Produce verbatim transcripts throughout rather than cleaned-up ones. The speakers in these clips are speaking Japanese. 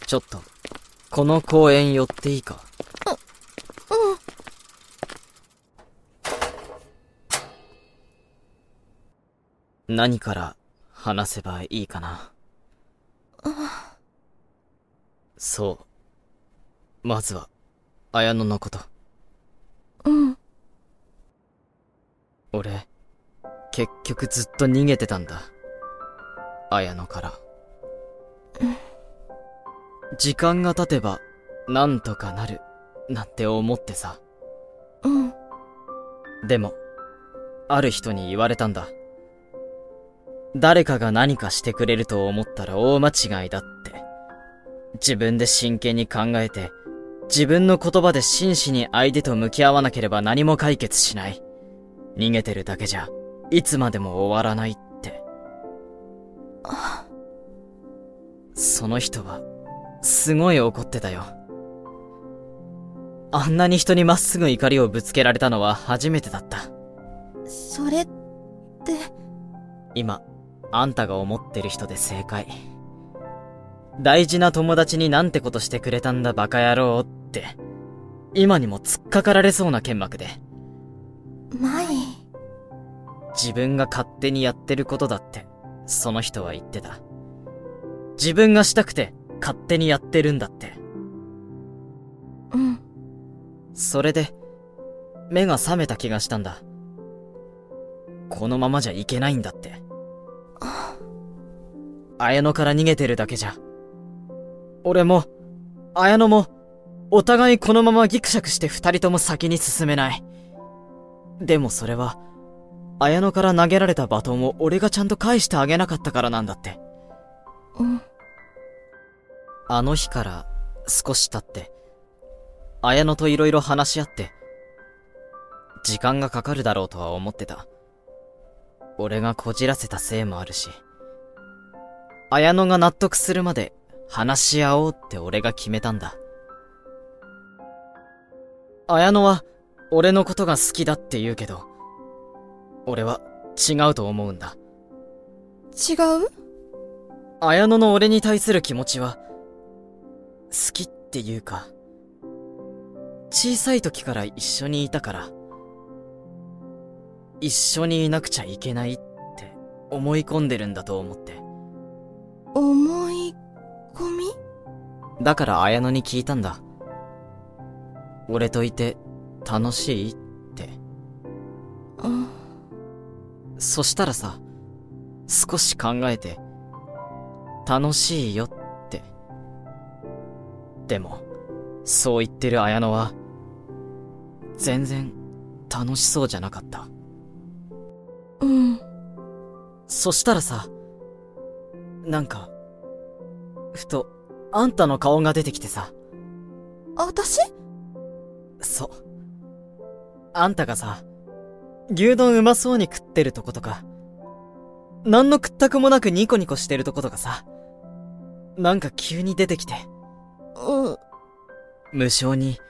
ちょっと、この公園寄っていいか？ う、うん。 何から話せばいいかな。 あ、 そう。まずは、綾乃のこと。 うん。 俺、結局ずっと逃げてたんだ。綾乃から。 うん。 時間が経てば、なんとかなる、なんて思ってさ。 うん。 でも、ある人に言われたんだ。誰かが何かしてくれると思ったら大間違いだって。自分で真剣に考えて、自分の言葉で真摯に相手と向き合わなければ何も解決しない。逃げてるだけじゃ、いつまでも終わらないって。 あ、 その人は、すごい怒ってたよ。あんなに人にまっすぐ怒りをぶつけられたのは初めてだった。 それって。 今、あんたが思ってる人で正解。大事な友達になんてことしてくれたんだバカ野郎って、今にも突っかかられそうな剣幕で。 マイ。 自分が勝手にやってることだって、その人は言ってた。自分がしたくて、勝手にやってるんだって。 うん。 それで、目が覚めた気がしたんだ。このままじゃいけないんだって。綾乃から逃げてるだけじゃ。俺も、綾乃も、お互いこのままギクシャクして二人とも先に進めない。でもそれは、綾乃から投げられたバトンを俺がちゃんと返してあげなかったからなんだって。 うん。 あの日から少し経って、綾乃といろいろ話し合って、時間がかかるだろうとは思ってた。俺がこじらせたせいもあるし、綾乃が納得するまで話し合おうって俺が決めたんだ。綾乃は俺のことが好きだって言うけど、俺は違うと思うんだ。 違う？ 綾乃の俺に対する気持ちは、好きっていうか、小さい時から一緒にいたから、一緒にいなくちゃいけないって思い込んでるんだと思って。 思い込み？ だから綾乃に聞いたんだ。俺といて楽しいって。 うん。 そしたらさ、少し考えて、楽しいよって。でも、そう言ってる綾乃は、全然楽しそうじゃなかった。 うん。 そしたらさ、なんか、ふと、あんたの顔が出てきてさ。 私？ そう。あんたがさ、牛丼うまそうに食ってるとことか、なんの屈託もなくニコニコしてるとことかさ、なんか急に出てきて。 うん。 無性に、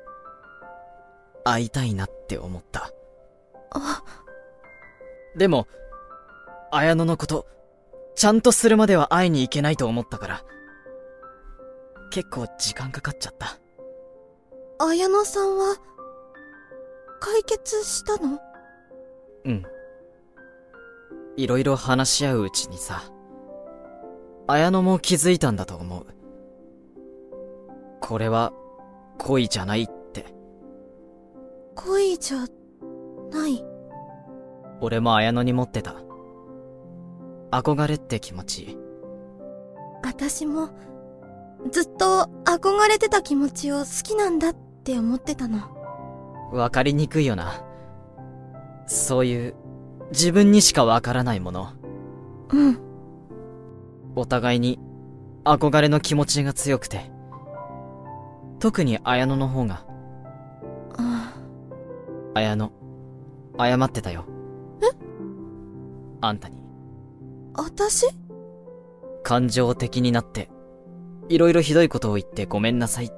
会いたいなって思った。 あ。 でも、綾乃のこと、ちゃんとするまでは会いに行けないと思ったから、結構時間かかっちゃった。 綾乃さんは、解決したの？ うん。いろいろ話し合ううちにさ、綾乃も気づいたんだと思う。これは、恋じゃないって。 恋じゃ、ない。 俺も綾乃に持ってた。憧れって気持ち。 私も、ずっと憧れてた気持ちを好きなんだって思ってたの。 わかりにくいよな。そういう、自分にしかわからないもの。 うん。 お互いに、憧れの気持ちが強くて。特に綾乃の方が。 ああ。 綾乃、謝ってたよ。 え？ あんたに。 私？ 感情的になって、いろいろひどいことを言ってごめんなさいって。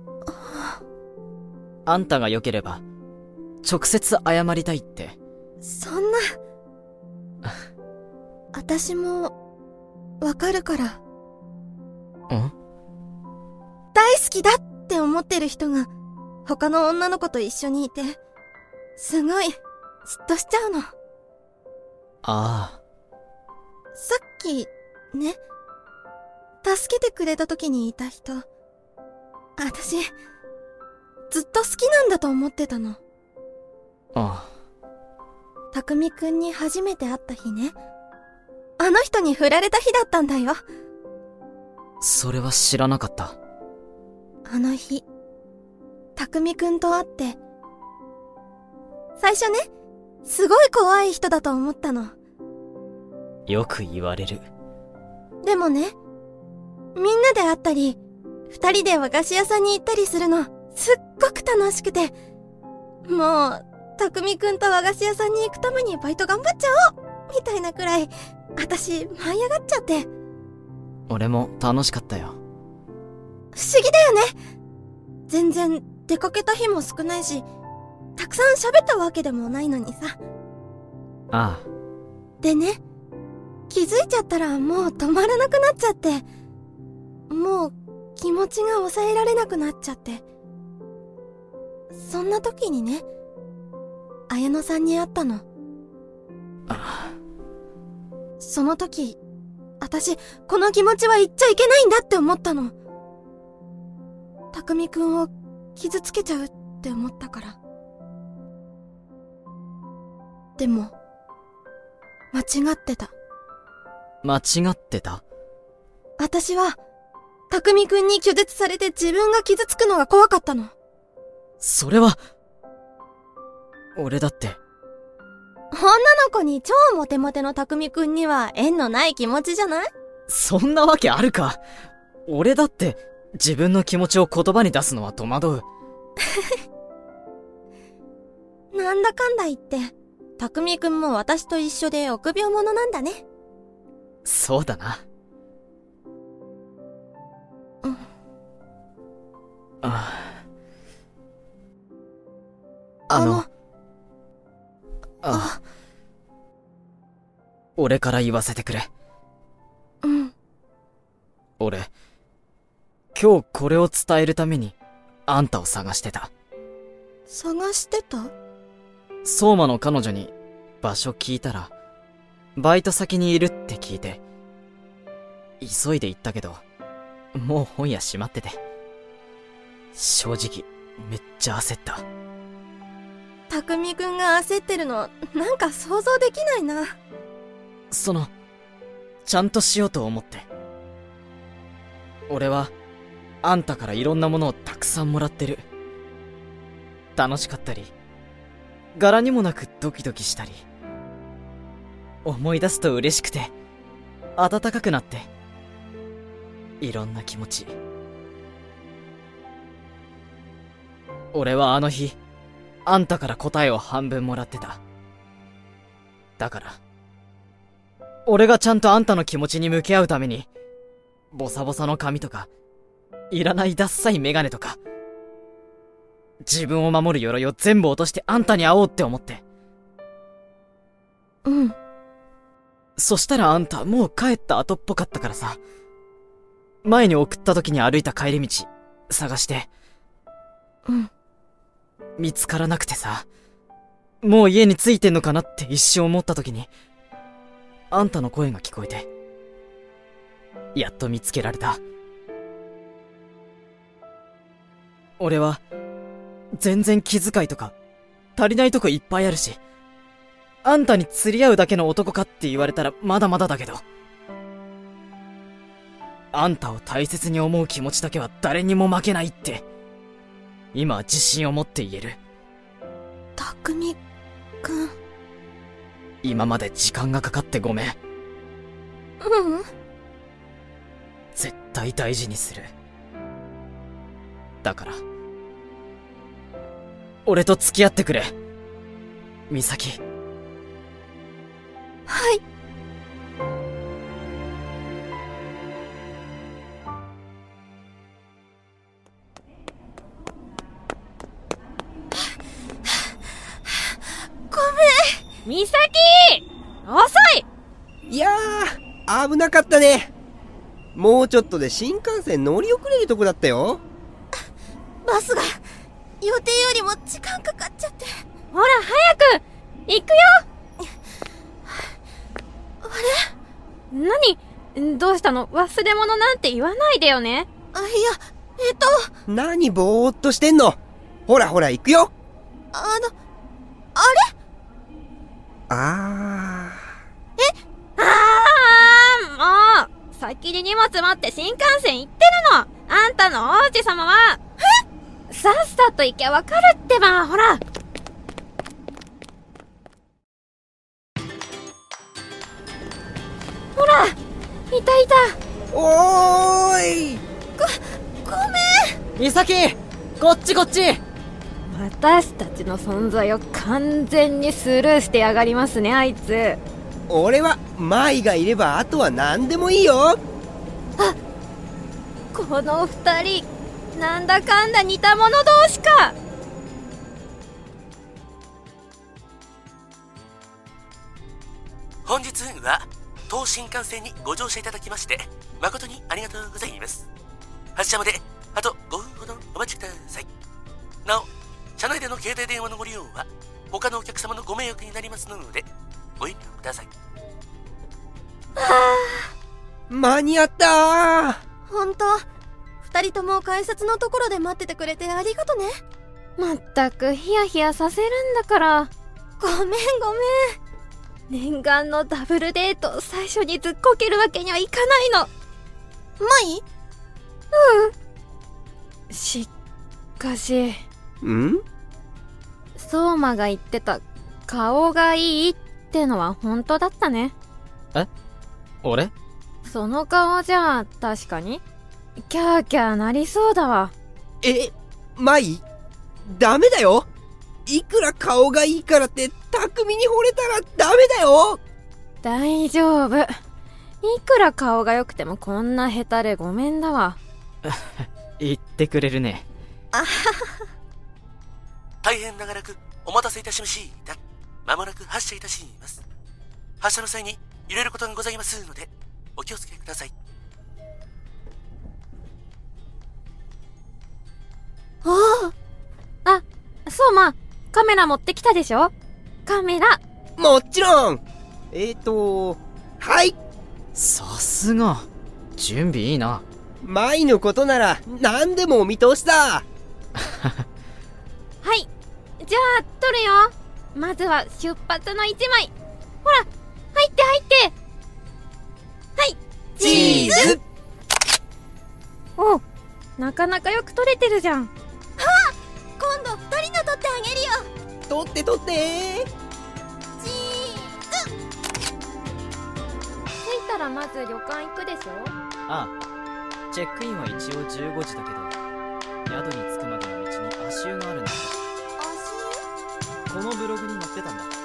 あんたが良ければ、直接謝りたいって。 そんな。私も、わかるから。 ん？ 大好きだって思ってる人が他の女の子と一緒にいて、すごい嫉妬しちゃうの。 ああ。 さっきね、助けてくれた時にいた人、私ずっと好きなんだと思ってたの。 ああ。 たくみくんに初めて会った日ね、あの人に振られた日だったんだよ。 それは知らなかった。 あの日、たくみくんと会って、最初ね、すごい怖い人だと思ったの。 よく言われる。 でもね、みんなで会ったり、二人で和菓子屋さんに行ったりするの、すっごく楽しくて、もう、たくみくんと和菓子屋さんに行くためにバイト頑張っちゃおうみたいなくらい、私、舞い上がっちゃって。 俺も楽しかったよ。 不思議だよね。全然出かけた日も少ないし、たくさん喋ったわけでもないのにさ。 ああ。 でね、気づいちゃったらもう止まらなくなっちゃって、もう気持ちが抑えられなくなっちゃって。そんな時にね、綾乃さんに会ったの。 ああ。 その時、私、この気持ちは言っちゃいけないんだって思ったの。たくみくんを傷つけちゃうって思ったから。でも、間違ってた。 間違ってた？ 私は、たくみくんに拒絶されて自分が傷つくのが怖かったの。 それは、俺だって。 女の子に超モテモテのたくみくんには縁のない気持ちじゃない？ そんなわけあるか。俺だって自分の気持ちを言葉に出すのは戸惑う。 なんだかんだ言って、たくみくんも私と一緒で臆病者なんだね。 そうだな。 うん。 ああ。あの、ああ。俺から言わせてくれ。 うん。 俺、今日これを伝えるために、あんたを探してた。 探してた？ 相馬の彼女に場所聞いたら、バイト先にいるって聞いて、急いで行ったけど、もう本屋閉まってて。正直、めっちゃ焦った。 たくみくんが焦ってるの、なんか想像できないな。 その、ちゃんとしようと思って。俺は、あんたからいろんなものをたくさんもらってる。楽しかったり、柄にもなくドキドキしたり、思い出すと嬉しくて、温かくなって、いろんな気持ち。俺はあの日、あんたから答えを半分もらってた。だから、俺がちゃんとあんたの気持ちに向き合うために、ボサボサの髪とか、いらないダッサいメガネとか、自分を守る鎧を全部落としてあんたに会おうって思って。 うん。 そしたらあんたもう帰った後っぽかったからさ、前に送った時に歩いた帰り道、探して。 うん。 見つからなくてさ、もう家に着いてんのかなって一瞬思った時に、あんたの声が聞こえて、やっと見つけられた。俺は、全然気遣いとか、足りないとこいっぱいあるし、あんたに釣り合うだけの男かって言われたらまだまだだけど、あんたを大切に思う気持ちだけは誰にも負けないって、今は自信を持って言える。 たくみくん。 今まで時間がかかってごめん。 ううん。 絶対大事にする。だから、俺と付き合ってくれ。美咲。 はい。 ミサキ！遅い！ いやー、危なかったね。 もうちょっとで新幹線乗り遅れるとこだったよ。 バスが予定よりも時間かかっちゃって。 ほら早く行くよ。 あれ？何？どうしたの？忘れ物なんて言わないでよね。 あ、いや、えっと何ぼーっとしてんの。ほらほら行くよ。 あのあれあーえあーもう先に荷物持って新幹線行ってるの。あんたの王子様はえさっさと行けばわかるってば。ほらほらいたいた。 おーい。 ご、ごめん。 ミサキ、こっちこっち。 私たちの存在を完全にスルーしてやがりますね、あいつ。 俺はマイがいればあとは何でもいいよ。あ、 この二人なんだかんだ似た者同士か。 本日は当新幹線にご乗車いただきまして誠にありがとうございます。発車まであとごふんほどお待ちください。なお車内での携帯電話のご利用は他のお客様のご迷惑になりますのでご遠慮ください。 間に合ったー。 ほんと二人とも改札のところで待っててくれてありがとね。 まったくヒヤヒヤさせるんだから。 ごめんごめん。 念願のダブルデート最初にずっこけるわけにはいかないの。 マイ？ うん。しかしん？ 相馬が言ってた顔がいいってのは本当だったね。 え？俺？ その顔じゃ確かにキャーキャーなりそうだわ。 え、マイ？ダメだよ。いくら顔がいいからって匠に惚れたらダメだよ。 大丈夫。いくら顔が良くてもこんなヘタレごめんだわ。 言ってくれるね。 あはは。 大変長らくお待たせいたしました。まもなく発車いたします。発車の際に揺れることがございますのでお気をつけください。 おー。 あ、相馬、カメラ持ってきたでしょ？カメラ。 もちろん。えーとはい。 さすが準備いいな。 マイのことなら何でもお見通しだ。 はい、じゃあ撮るよ。まずは出発の一枚。ほら入って入って。はい、 チーズ。 お、なかなかよく撮れてるじゃん。 今度二人の撮ってあげるよ。 撮って撮って。 チーズ。 着いたらまず旅館行くでしょ？ ああ、チェックインは一応じゅうごじだけど宿に着くまでの道に足湯があるんだ。 足湯？ このブログに載ってたんだ。